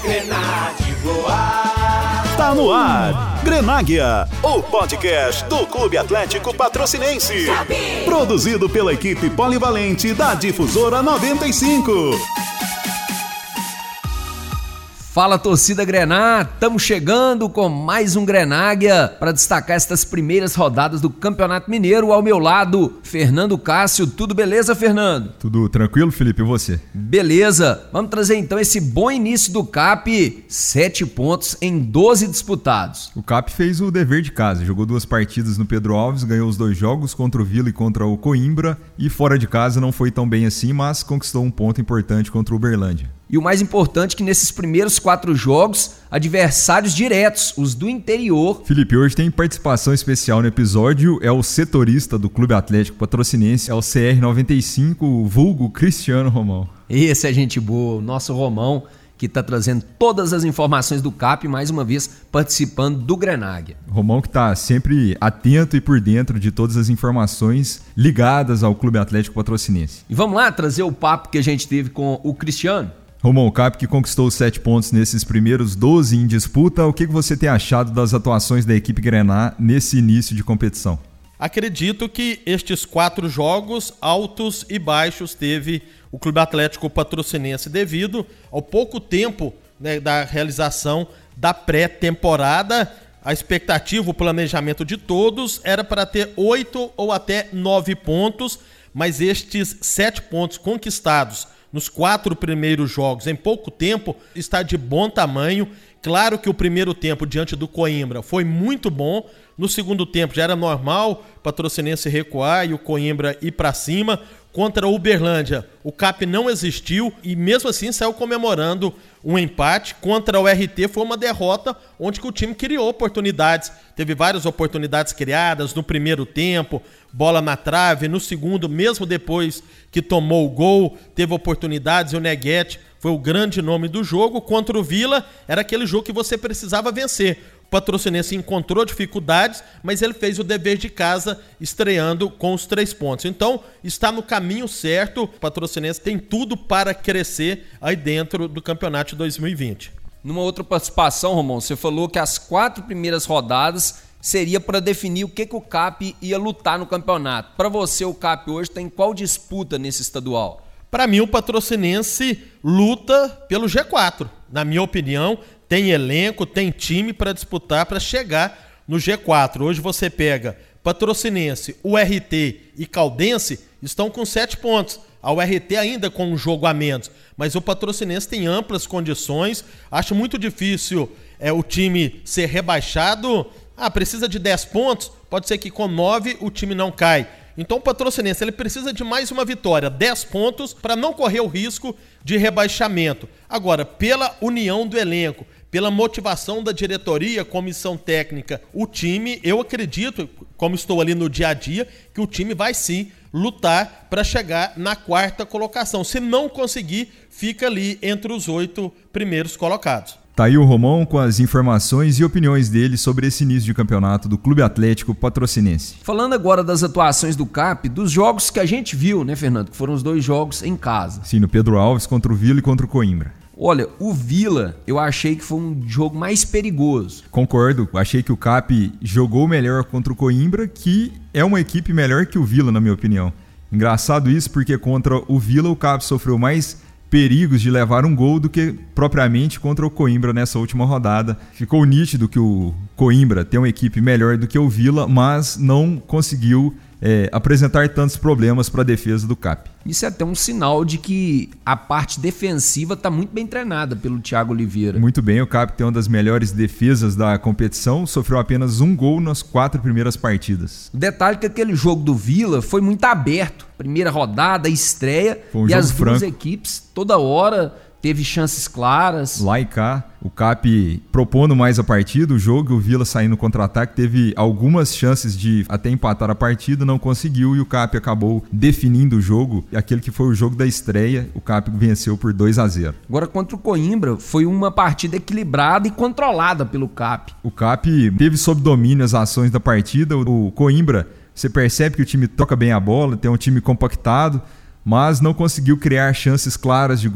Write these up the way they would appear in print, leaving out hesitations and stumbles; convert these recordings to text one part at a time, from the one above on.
Grenade voar. Tá no ar, Grenáguia, o podcast do Clube Atlético Patrocinense. Produzido pela equipe polivalente da Difusora 95. Fala, torcida Grená, estamos chegando com mais um Grenáguia para destacar estas primeiras rodadas do Campeonato Mineiro. Ao meu lado, Fernando Cássio. Tudo beleza, Fernando? Tudo tranquilo, Felipe, e você? Beleza, vamos trazer então esse bom início do CAP, 7 pontos em 12 disputados. O CAP fez o dever de casa, jogou 2 partidas no Pedro Alves, ganhou os 2 jogos contra o Vila e contra o Coimbra, e fora de casa não foi tão bem assim, mas conquistou um ponto importante contra o Uberlândia. E o mais importante é que nesses primeiros 4 jogos, adversários diretos, os do interior. Felipe, hoje tem participação especial no episódio, é o setorista do Clube Atlético Patrocinense, é o CR95, vulgo Cristiano Romão. Esse é gente boa, o nosso Romão, que está trazendo todas as informações do CAP, mais uma vez participando do Grenáguia. Romão que está sempre atento e por dentro de todas as informações ligadas ao Clube Atlético Patrocinense. E vamos lá trazer o papo que a gente teve com o Cristiano? Romão, o CAP que conquistou 7 pontos nesses primeiros 12 em disputa, o que você tem achado das atuações da equipe Grená nesse início de competição? Acredito que estes 4 jogos, altos e baixos, teve o Clube Atlético Patrocinense devido ao pouco tempo, né, da realização da pré-temporada. A expectativa, o planejamento de todos era para ter 8 ou até 9 pontos, mas estes 7 pontos conquistados nos 4 primeiros jogos em pouco tempo está de bom tamanho. Claro que o primeiro tempo diante do Coimbra foi muito bom. No segundo tempo já era normal o Patrocinense recuar e o Coimbra ir para cima. Contra o Uberlândia, o CAP não existiu e mesmo assim saiu comemorando um empate. Contra o RT foi uma derrota onde que o time criou oportunidades. Teve várias oportunidades criadas no primeiro tempo, bola na trave. No segundo, mesmo depois que tomou o gol, teve oportunidades e o Neguete foi o grande nome do jogo. Contra o Vila, era aquele jogo que você precisava vencer. O Patrocinense encontrou dificuldades, mas ele fez o dever de casa estreando com os 3 pontos. Então, está no caminho certo. O Patrocinense tem tudo para crescer aí dentro do campeonato de 2020. Numa outra participação, Romão, você falou que as 4 primeiras rodadas seria para definir o que o CAP ia lutar no campeonato. Para você, o CAP hoje está em qual disputa nesse estadual? Para mim, o Patrocinense luta pelo G4. Na minha opinião, tem elenco, tem time para disputar, para chegar no G4. Hoje você pega Patrocinense, URT e Caldense, estão com 7 pontos. A URT ainda com um jogo a menos. Mas o Patrocinense tem amplas condições. Acho muito difícil o time ser rebaixado. Precisa de 10 pontos. Pode ser que com 9 o time não cai. Então o Patrocinense ele precisa de mais uma vitória, 10 pontos, para não correr o risco de rebaixamento. Agora, pela união do elenco, pela motivação da diretoria, comissão técnica, o time, eu acredito, como estou ali no dia a dia, que o time vai sim lutar para chegar na 4ª colocação. Se não conseguir, fica ali entre os 8 primeiros colocados. Tá aí o Romão com as informações e opiniões dele sobre esse início de campeonato do Clube Atlético Patrocinense. Falando agora das atuações do CAP, dos jogos que a gente viu, né, Fernando? Que foram os 2 jogos em casa. Sim, no Pedro Alves contra o Vila e contra o Coimbra. Olha, o Vila, eu achei que foi um jogo mais perigoso. Concordo, achei que o CAP jogou melhor contra o Coimbra, que é uma equipe melhor que o Vila, na minha opinião. Engraçado isso, porque contra o Vila o CAP sofreu mais perigos de levar um gol do que propriamente contra o Coimbra nessa última rodada. Ficou nítido que o Coimbra tem uma equipe melhor do que o Vila, mas não conseguiu apresentar tantos problemas para a defesa do CAP. Isso é até um sinal de que a parte defensiva está muito bem treinada pelo Thiago Oliveira. Muito bem, o CAP tem uma das melhores defesas da competição, sofreu apenas um gol nas 4 primeiras partidas. O detalhe é que aquele jogo do Vila foi muito aberto. Primeira rodada, estreia, e as duas equipes toda hora teve chances claras. Lá e cá, o CAP propondo mais a partida, o jogo, o Vila saindo no contra-ataque, teve algumas chances de até empatar a partida, não conseguiu e o CAP acabou definindo o jogo. Aquele que foi o jogo da estreia, o CAP venceu por 2-0. Agora contra o Coimbra, foi uma partida equilibrada e controlada pelo CAP. O CAP teve sob domínio as ações da partida, o Coimbra, você percebe que o time toca bem a bola, tem um time compactado, mas não conseguiu criar chances claras de gol.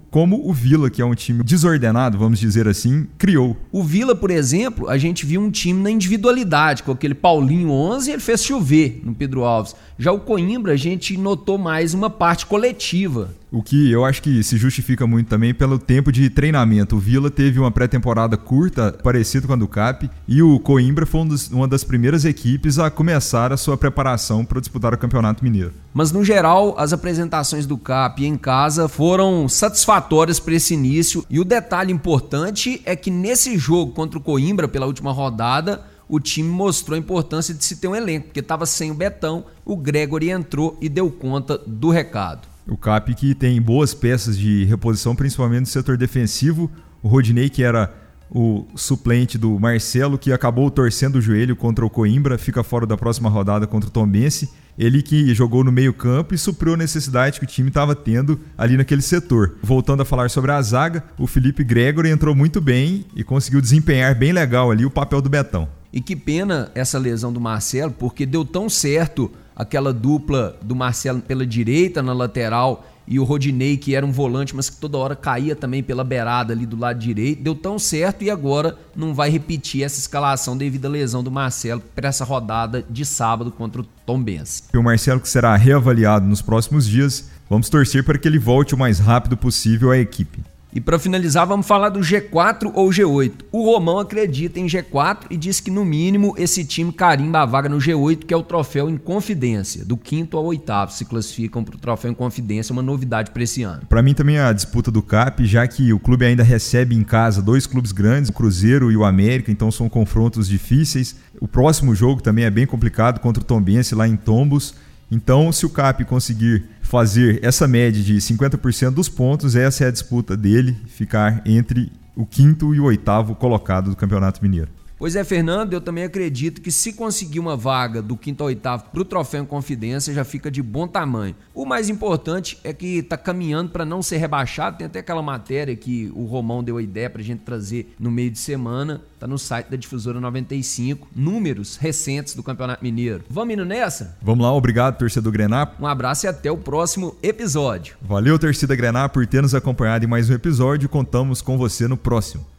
como o Vila, que é um time desordenado, vamos dizer assim, criou. O Vila, por exemplo, a gente viu um time na individualidade, com aquele Paulinho 11, ele fez chover no Pedro Alves. Já o Coimbra, a gente notou mais uma parte coletiva. O que eu acho que se justifica muito também pelo tempo de treinamento. O Vila teve uma pré-temporada curta, parecido com a do CAP, e o Coimbra foi uma das primeiras equipes a começar a sua preparação para disputar o Campeonato Mineiro. Mas, no geral, as apresentações do CAP em casa foram satisfatórias para esse início. E o detalhe importante é que nesse jogo contra o Coimbra, pela última rodada, o time mostrou a importância de se ter um elenco, porque estava sem o Betão, o Gregory entrou e deu conta do recado. O CAP que tem boas peças de reposição, principalmente no setor defensivo. O Rodinei, que era o suplente do Marcelo, que acabou torcendo o joelho contra o Coimbra, fica fora da próxima rodada contra o Tombense. Ele que jogou no meio campo e supriu a necessidade que o time estava tendo ali naquele setor. Voltando a falar sobre a zaga, o Felipe Gregory entrou muito bem e conseguiu desempenhar bem legal ali o papel do Betão. E que pena essa lesão do Marcelo, porque deu tão certo aquela dupla do Marcelo pela direita na lateral e o Rodinei, que era um volante, mas que toda hora caía também pela beirada ali do lado direito, deu tão certo e agora não vai repetir essa escalação devido à lesão do Marcelo para essa rodada de sábado contra o Tombense. O Marcelo, que será reavaliado nos próximos dias, vamos torcer para que ele volte o mais rápido possível à equipe. E para finalizar, vamos falar do G4 ou G8. O Romão acredita em G4 e diz que no mínimo esse time carimba a vaga no G8, que é o troféu Inconfidência. Do 5º ao 8º se classificam para o troféu Inconfidência, uma novidade para esse ano. Para mim também a disputa do CAP, já que o clube ainda recebe em casa 2 clubes grandes, o Cruzeiro e o América, então são confrontos difíceis. O próximo jogo também é bem complicado contra o Tombense lá em Tombos. Então, se o CAP conseguir fazer essa média de 50% dos pontos, essa é a disputa dele, ficar entre o 5º e o 8º colocado do Campeonato Mineiro. Pois é, Fernando, eu também acredito que se conseguir uma vaga do 5º ao 8º para o troféu Inconfidência, já fica de bom tamanho. O mais importante é que está caminhando para não ser rebaixado. Tem até aquela matéria que o Romão deu a ideia para a gente trazer no meio de semana. Está no site da Difusora 95, números recentes do Campeonato Mineiro. Vamos indo nessa? Vamos lá, obrigado, torcedor Grená. Um abraço e até o próximo episódio. Valeu, torcida Grená, por ter nos acompanhado em mais um episódio. Contamos com você no próximo.